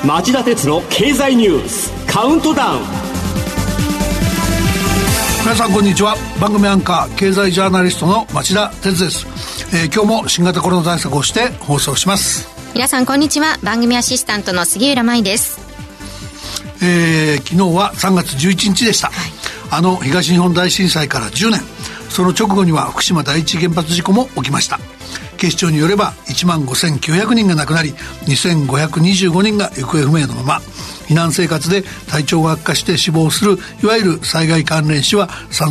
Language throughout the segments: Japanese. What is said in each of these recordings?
町田鉄の経済ニュースカウントダウン。 皆さんこんにちは。番組アンカー経済ジャーナリストの町田鉄です。今日も新型コロナ対策をして放送します。 皆さんこんにちは。番組アシスタントの杉浦舞です。 昨日は3月11日でした、東日本大震災から10年。その直後には福島第一原発事故も起きました。警視庁によれば15,900人が亡くなり、2,525人が行方不明のまま、避難生活で体調が悪化して死亡するいわゆる災害関連死は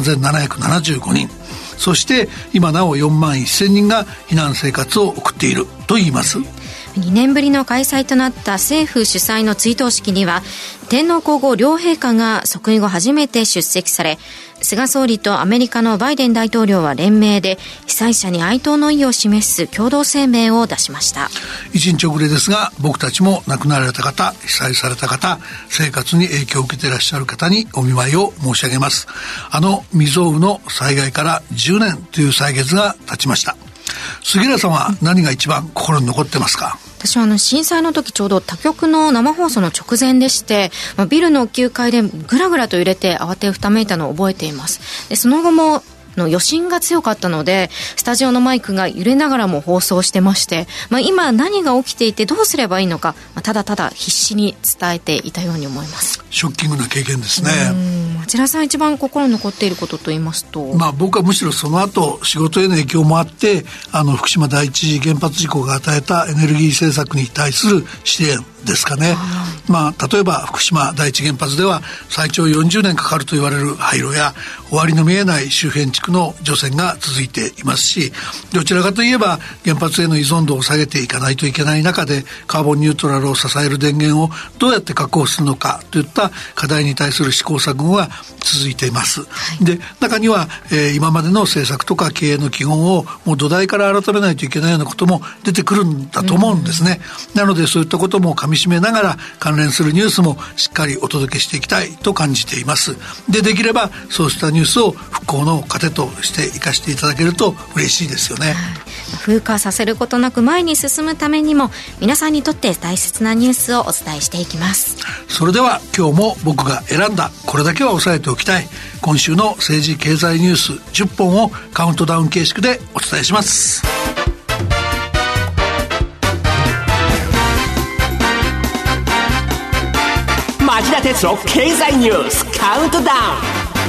3,775人。そして今なお41,000人が避難生活を送っているといいます。 2年ぶりの開催となった政府主催の追悼式には、天皇皇后両陛下が即位後初めて出席され、菅総理とアメリカのバイデン大統領は連名で被災者に哀悼の意を示す共同声明を出しました。 一日遅れですが、僕たちも亡くなられた方、被災された方、生活に影響を受けていらっしゃる方にお見舞いを申し上げます。未曾有の災害から10年という歳月が経ちました。杉浦さんは何が一番心に残ってますか？ 私は震災の時ちょうど他局の生放送の直前でして、ビルの9階でぐらぐらと揺れて慌てふためいたのを覚えています。でその後も余震が強かったのでスタジオのマイクが揺れながらも放送してまして、今何が起きていてどうすればいいのか、ただただ必死に伝えていたように思います。 ショッキングな経験ですね。 町田さん一番心に残っていることと言いますと、 僕はむしろその後仕事への影響もあって、福島第一原発事故が与えたエネルギー政策に対する支援ですかね。例えば福島第一原発では最長40年かかると言われる廃炉や終わりの見えない周辺地区の除染が続いていますし、どちらかといえば原発への依存度を下げていかないといけない中で、カーボンニュートラルを支える電源をどうやって確保するのかといった課題に対する試行錯誤が続いています。で中には、今までの政策とか経営の基本をもう土台から改めないといけないようなことも出てくるんだと思うんですね。なのでそういったことも噛み締めながら関連するニュースもしっかりお届けしていきたいと感じています。できればそうしたニュースを復興の糧として生かしていただけると嬉しいですよね。 風化させることなく前に進むためにも、皆さんにとって大切なニュースをお伝えしていきます。 それでは今日も僕が選んだこれだけは押さえておきたい今週の政治経済ニュース10本をカウントダウン形式でお伝えします。 町田鉄の経済ニュースカウントダウン。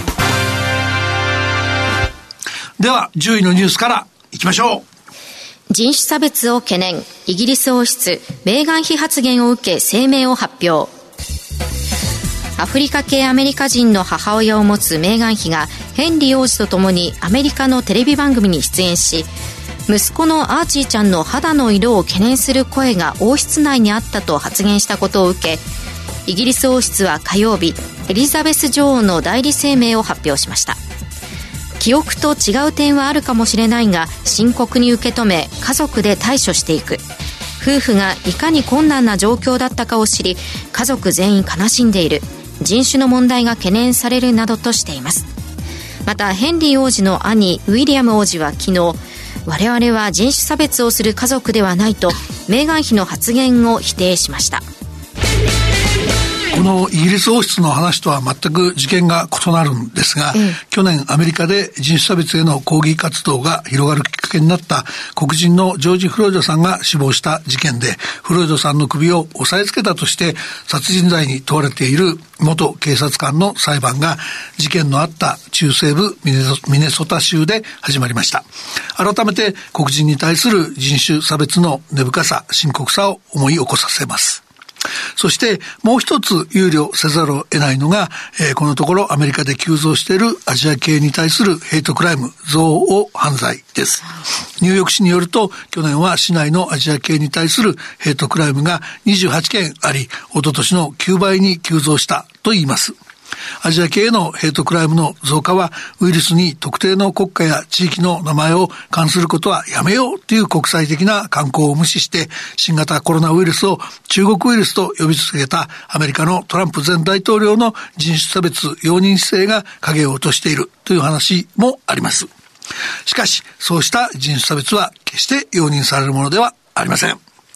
では10位のニュースからいきましょう。人種差別を懸念、イギリス王室メーガン妃発言を受け声明を発表。アフリカ系アメリカ人の母親を持つメーガン妃がヘンリー王子とともにアメリカのテレビ番組に出演し、息子のアーチーちゃんの肌の色を懸念する声が王室内にあったと発言したことを受け、イギリス王室は火曜日、エリザベス女王の代理声明を発表しました。記憶と違う点はあるかもしれないが深刻に受け止め、家族で対処していく。夫婦がいかに困難な状況だったかを知り、家族全員悲しんでいる。人種の問題が懸念されるなどとしています。またヘンリー王子の兄ウィリアム王子は昨日、我々は人種差別をする家族ではないとメーガン妃の発言を否定しました。 このイギリス王室の話とは全く事件が異なるんですが、去年アメリカで人種差別への抗議活動が広がるきっかけになった黒人のジョージ・フロイドさんが死亡した事件で、フロイドさんの首を押さえつけたとして殺人罪に問われている元警察官の裁判が事件のあった中西部ミネソタ州で始まりました。改めて黒人に対する人種差別の根深さ、深刻さを思い起こさせます。そしてもう一つ憂慮せざるを得ないのが、このところアメリカで急増しているアジア系に対するヘイトクライム、憎悪犯罪です。ニューヨーク市によると、去年は市内のアジア系に対するヘイトクライムが28件あり、一昨年の9倍に急増したと言います。アジア系へのヘイトクライムの増加は、ウイルスに特定の国家や地域の名前を冠することはやめようという国際的な慣行を無視して、新型コロナウイルスを中国ウイルスと呼び続けたアメリカのトランプ前大統領の人種差別容認姿勢が影を落としているという話もあります。しかし、そうした人種差別は決して容認されるものではありません。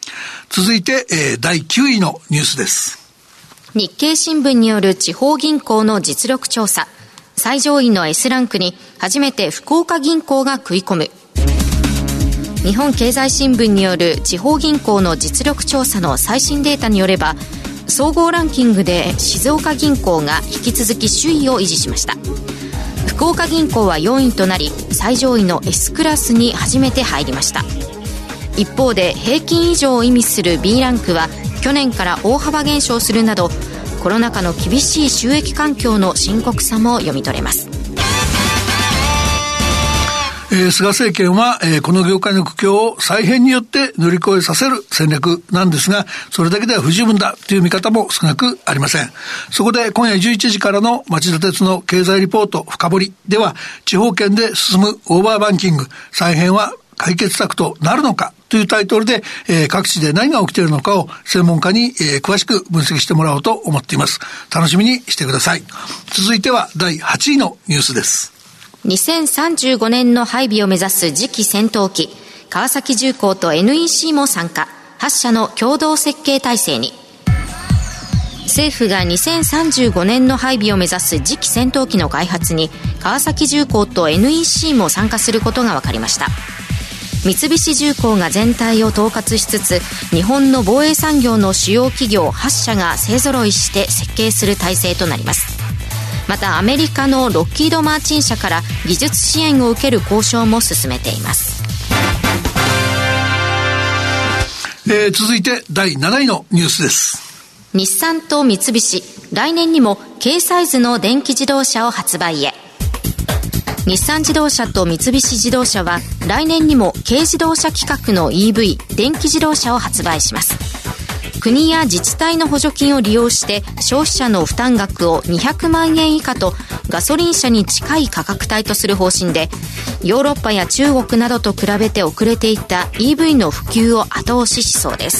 続いて、第9位のニュースです。 日経新聞による地方銀行の実力調査。最上位の S ランクに初めて福岡銀行が食い込む。日本経済新聞による地方銀行の実力調査の最新データによれば、総合ランキングで静岡銀行が引き続き首位を維持しました。福岡銀行は4位となり、最上位の S クラスに初めて入りました。一方で平均以上を意味する B ランクは去年から大幅減少するなど、コロナ禍の厳しい収益環境の深刻さも読み取れます。 菅政権は、この業界の苦境を再編によって乗り越えさせる戦略なんですが、それだけでは不十分だという見方も少なくありません。そこで今夜11時からの町田鉄の経済リポート深掘りでは、地方圏で進むオーバーバンキング再編は解決策となるのかというタイトルで、各地で何が起きているのかを専門家に、詳しく分析してもらおうと思っています。楽しみにしてください。続いては第8位のニュースです。 2035年の配備を目指す次期戦闘機、川崎重工と NEC も参加。8社の共同設計体制に。政府が2035年の配備を目指す次期戦闘機の開発に川崎重工と NEC も参加することが分かりました。三菱重工が全体を統括しつつ、日本の防衛産業の主要企業8社が勢ぞろいして設計する体制となります。またアメリカのロッキード・マーチン社から技術支援を受ける交渉も進めています。 続いて第7位のニュースです。 日産と三菱、来年にも軽サイズの電気自動車を発売へ。日産自動車と三菱自動車は来年にも軽自動車規格の EV 電気自動車を発売します。国や自治体の補助金を利用して消費者の負担額を200万円以下とガソリン車に近い価格帯とする方針で、ヨーロッパや中国などと比べて遅れていた EV の普及を後押ししそうです。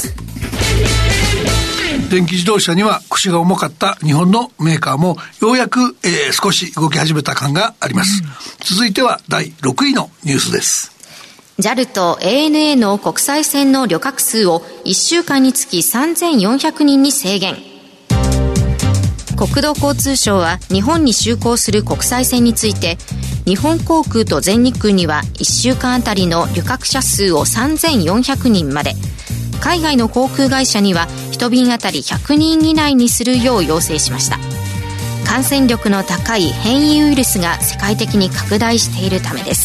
電気自動車には腰が重かった日本のメーカーもようやく、少し動き始めた感があります。続いては第6位のニュースです。 JAL と ANA の国際線の旅客数を1週間につき3400人に制限。国土交通省は日本に就航する国際線について、日本航空と全日空には1週間あたりの旅客者数を3400人まで、海外の航空会社には1便あたり100人以内にするよう要請しました。感染力の高い変異ウイルスが世界的に拡大しているためです。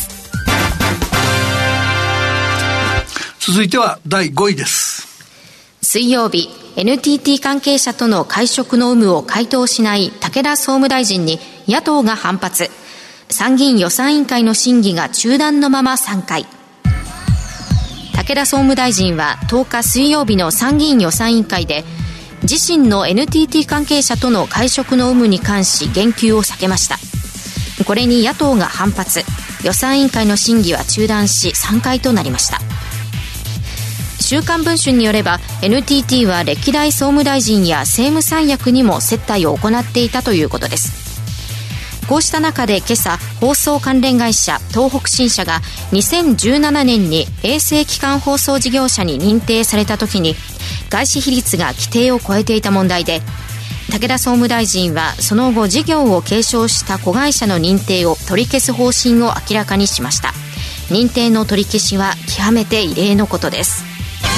続いては第5位です。 水曜日、NTT 関係者との会食の有無を回答しない武田総務大臣に野党が反発。参議院予算委員会の審議が中断のまま3回。武田総務大臣は10日水曜日の参議院予算委員会で、自身の NTT 関係者との会食の有無に関し言及を避けました。これに野党が反発。予算委員会の審議は中断し3回となりました。週刊文春によれば NTT は歴代総務大臣や政務三役にも接待を行っていたということです。こうした中で今朝、放送関連会社東北新社が2017年に衛星基幹放送事業者に認定された時に外資比率が規定を超えていた問題で、武田総務大臣はその後事業を継承した子会社の認定を取り消す方針を明らかにしました。認定の取り消しは極めて異例のことです。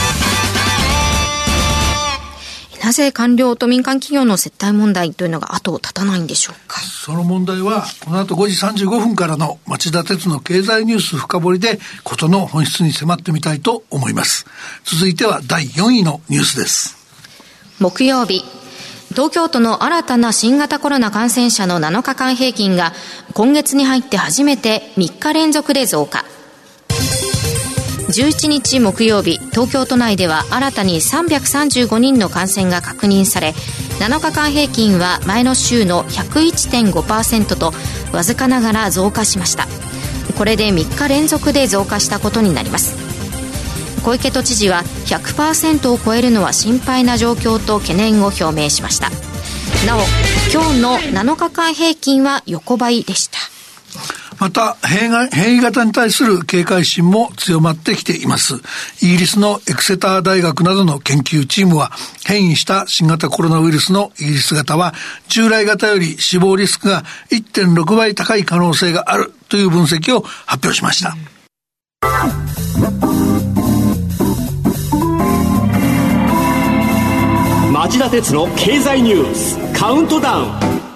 なぜ官僚と民間企業の接待問題というのが後を絶たないんでしょうか。 その問題はこの後5時35分からの町田鉄の経済ニュース深掘りで事の本質に迫ってみたいと思います。続いては第4位のニュースです。 木曜日、東京都の新たな新型コロナ感染者の7日間平均が今月に入って初めて3日連続で増加。11日木曜日、東京都内では新たに335人の感染が確認され、7日間平均は前の週の 101.5% とわずかながら増加しました。これで3日連続で増加したことになります。小池都知事は 100% を超えるのは心配な状況と懸念を表明しました。なお、今日の7日間平均は横ばいでした。 また変異型に対する警戒心も強まってきています。イギリスのエクセター大学などの研究チームは、変異した新型コロナウイルスのイギリス型は従来型より死亡リスクが 1.6 倍高い可能性があるという分析を発表しました。 町田鉄の経済ニュースカウントダウン。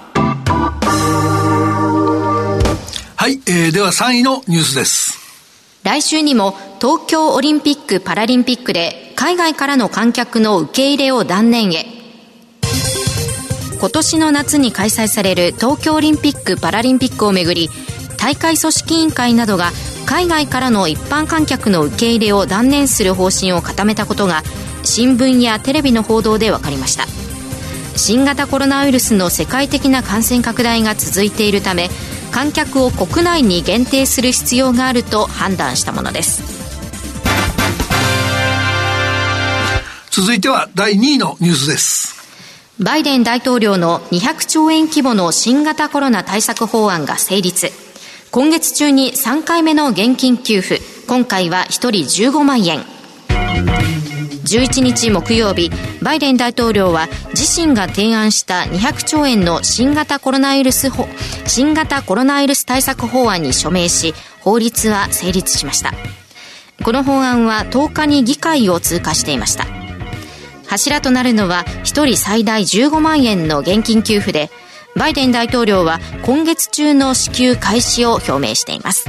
はい、では3位のニュースです。 来週にも東京オリンピック・パラリンピックで海外からの観客の受け入れを断念へ。今年の夏に開催される東京オリンピック・パラリンピックをめぐり、大会組織委員会などが海外からの一般観客の受け入れを断念する方針を固めたことが新聞やテレビの報道で分かりました。新型コロナウイルスの世界的な感染拡大が続いているため、観客を国内に限定する必要があると判断したものです。 続いては第2位のニュースです。 バイデン大統領の200兆円規模の新型コロナ対策法案が成立。今月中に3回目の現金給付、今回は1人15万円。11日木曜日、バイデン大統領は自身が提案した200兆円の新型コロナウイルス対策法案に署名し、法律は成立しました。この法案は10日に議会を通過していました。柱となるのは1人最大15万円の現金給付で、バイデン大統領は今月中の支給開始を表明しています。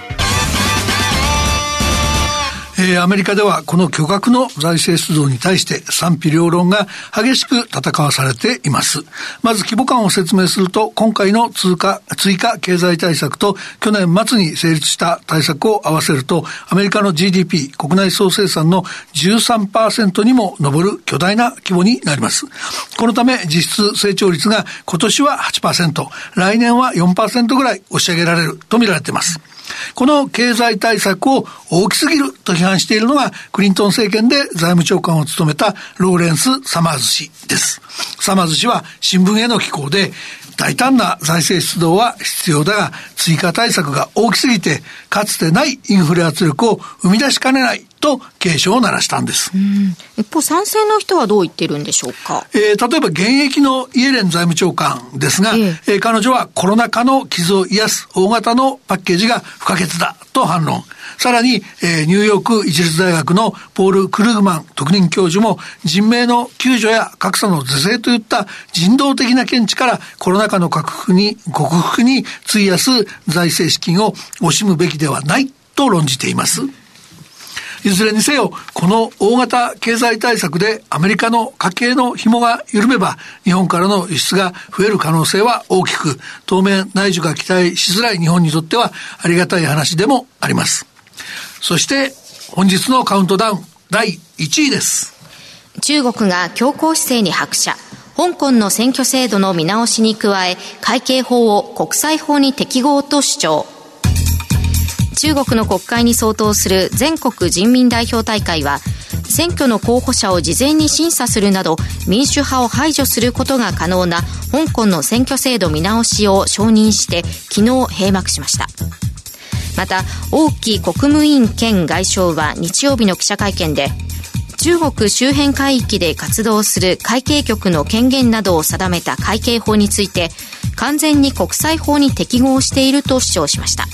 アメリカではこの巨額の財政出動に対して賛否両論が激しく戦わされています。まず規模感を説明すると、今回の追加経済対策と去年末に成立した対策を合わせると、アメリカの GDP 国内総生産の 13% にも上る巨大な規模になります。このため実質成長率が今年は 8%、来年は 4% ぐらい押し上げられると見られています。この経済対策を大きすぎると批判しているのが、クリントン政権で財務長官を務めたローレンス・サマーズ氏です。サマーズ氏は新聞への寄稿で、大胆な財政出動は必要だが、追加対策が大きすぎてかつてないインフレ圧力を生み出しかねないと警鐘を鳴らしたんです。 一方、賛成の人はどう言ってるんでしょうか。 例えば現役のイエレン財務長官ですが、彼女はコロナ禍の傷を癒す大型のパッケージが不可欠だと反論。さらに、ニューヨーク一律大学のポール・クルーグマン特任教授も、人命の救助や格差の是正といった人道的な見地からコロナ禍の克服に費やす財政資金を惜しむべきではないと論じています。いずれにせよ、この大型経済対策でアメリカの家計の紐が緩めば、日本からの輸出が増える可能性は大きく、当面内需が期待しづらい日本にとってはありがたい話でもあります。そして本日のカウントダウン第1位です。 中国が強硬姿勢に拍車。香港の選挙制度の見直しに加え、会計法を国際法に適合と主張。中国の国会に相当する全国人民代表大会は、選挙の候補者を事前に審査するなど民主派を排除することが可能な香港の選挙制度見直しを承認して昨日閉幕しました。また、王毅国務委員兼外相は日曜日の記者会見で、中国周辺海域で活動する海警局の権限などを定めた海警法について、完全に国際法に適合していると主張しました。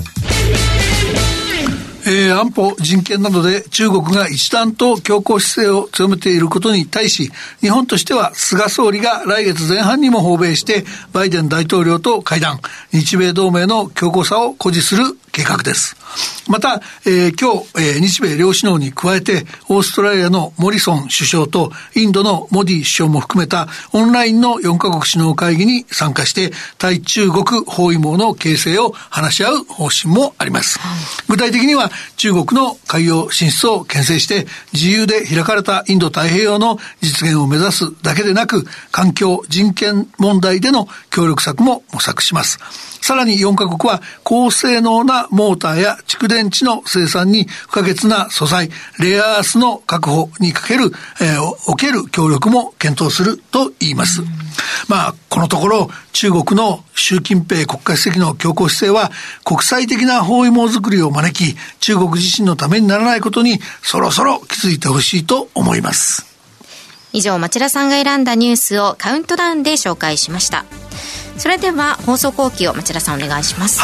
安保人権などで中国が一段と強硬姿勢を強めていることに対し、日本としては菅総理が来月前半にも訪米してバイデン大統領と会談、日米同盟の強硬さを誇示する計画です。また、今日、日米両首脳に加えてオーストラリアのモリソン首相とインドのモディ首相も含めたオンラインの4カ国首脳会議に参加して、対中国包囲網の形成を話し合う方針もあります。具体的には中国の海洋進出を牽制して自由で開かれたインド太平洋の実現を目指すだけでなく、環境人権問題での協力策も模索します。さらに4カ国は高性能なはモーターや蓄電池の生産に不可欠な素材、レアアースの確保における協力も検討すると言います。このところ中国の習近平国家主席の強硬姿勢は国際的な包囲網づくりを招き、中国自身のためにならないことにそろそろ気づいてほしいと思います。 以上、町田さんが選んだニュースをカウントダウンで紹介しました。それでは放送後期を町田さんお願いします。 はい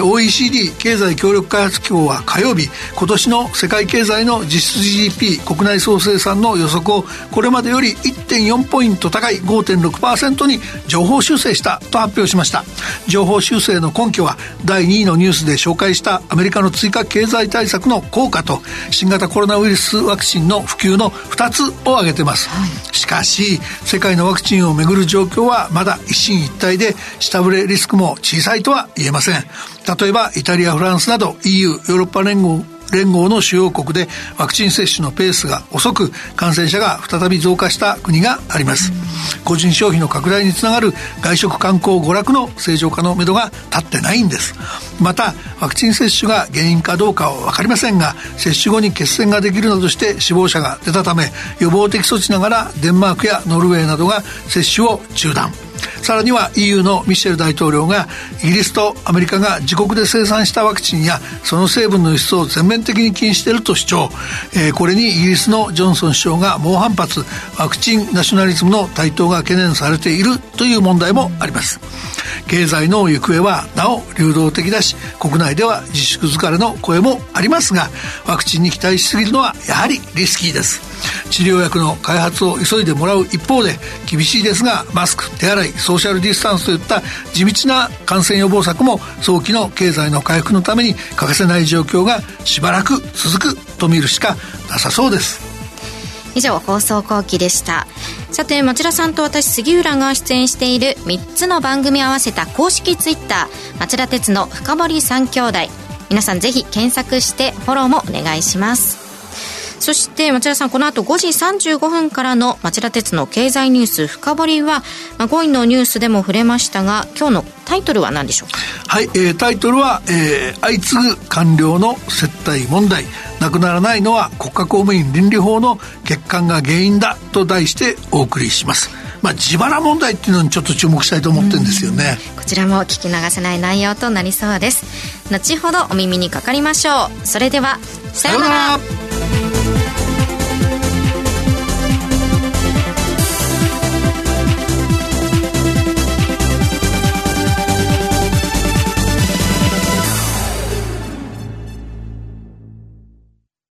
、OECD 経済協力開発機構は火曜日、今年の世界経済の実質 GDP 国内総生産の予測をこれまでより 1.4 ポイント高い 5.6% に上方修正したと発表しました。上方修正の根拠は第2位のニュースで紹介したアメリカの追加経済対策の効果と新型コロナウイルスワクチンの普及の2つを挙げています。しかし世界のワクチンをめぐる状況はまだ一進一退で、下振れリスクも小さいとは言えません。例えばイタリア、フランスなど EU ヨーロッパ連合の主要国でワクチン接種のペースが遅く、感染者が再び増加した国があります。個人消費の拡大につながる外食観光娯楽の正常化のめどが立ってないんです。またワクチン接種が原因かどうかは分かりませんが、接種後に血栓ができるなどして死亡者が出たため、予防的措置ながらデンマークやノルウェーなどが接種を中断。さらには EU のミシェル大統領がイギリスとアメリカが自国で生産したワクチンやその成分の輸出を全面的に禁止していると主張。これにイギリスのジョンソン首相が猛反発。ワクチンナショナリズムの台頭が懸念されているという問題もあります。経済の行方はなお流動的だし、国内では自粛疲れの声もありますが、ワクチンに期待しすぎるのはやはりリスキーです。治療薬の開発を急いでもらう一方で、厳しいですがマスク、手洗い、ソーシャルディスタンスといった地道な感染予防策も早期の経済の回復のために欠かせない状況がしばらく続くと見るしかなさそうです。 以上、放送後期でした。さて、町田さんと私杉浦が出演している3つの番組合わせた公式ツイッター、町田鉄の深堀三兄弟、皆さんぜひ検索してフォローもお願いします。そして町田さん、この後5時35分からの町田鉄の経済ニュース深掘りは、5位のニュースでも触れましたが、今日のタイトルは何でしょうか。 はい、タイトルは、相次ぐ官僚の接待問題、なくならないのは国家公務員倫理法の欠陥が原因だと題してお送りします。自腹問題っていうのにちょっと注目したいと思ってるんですよね。 こちらも聞き流せない内容となりそうです。後ほどお耳にかかりましょう。それではさようなら。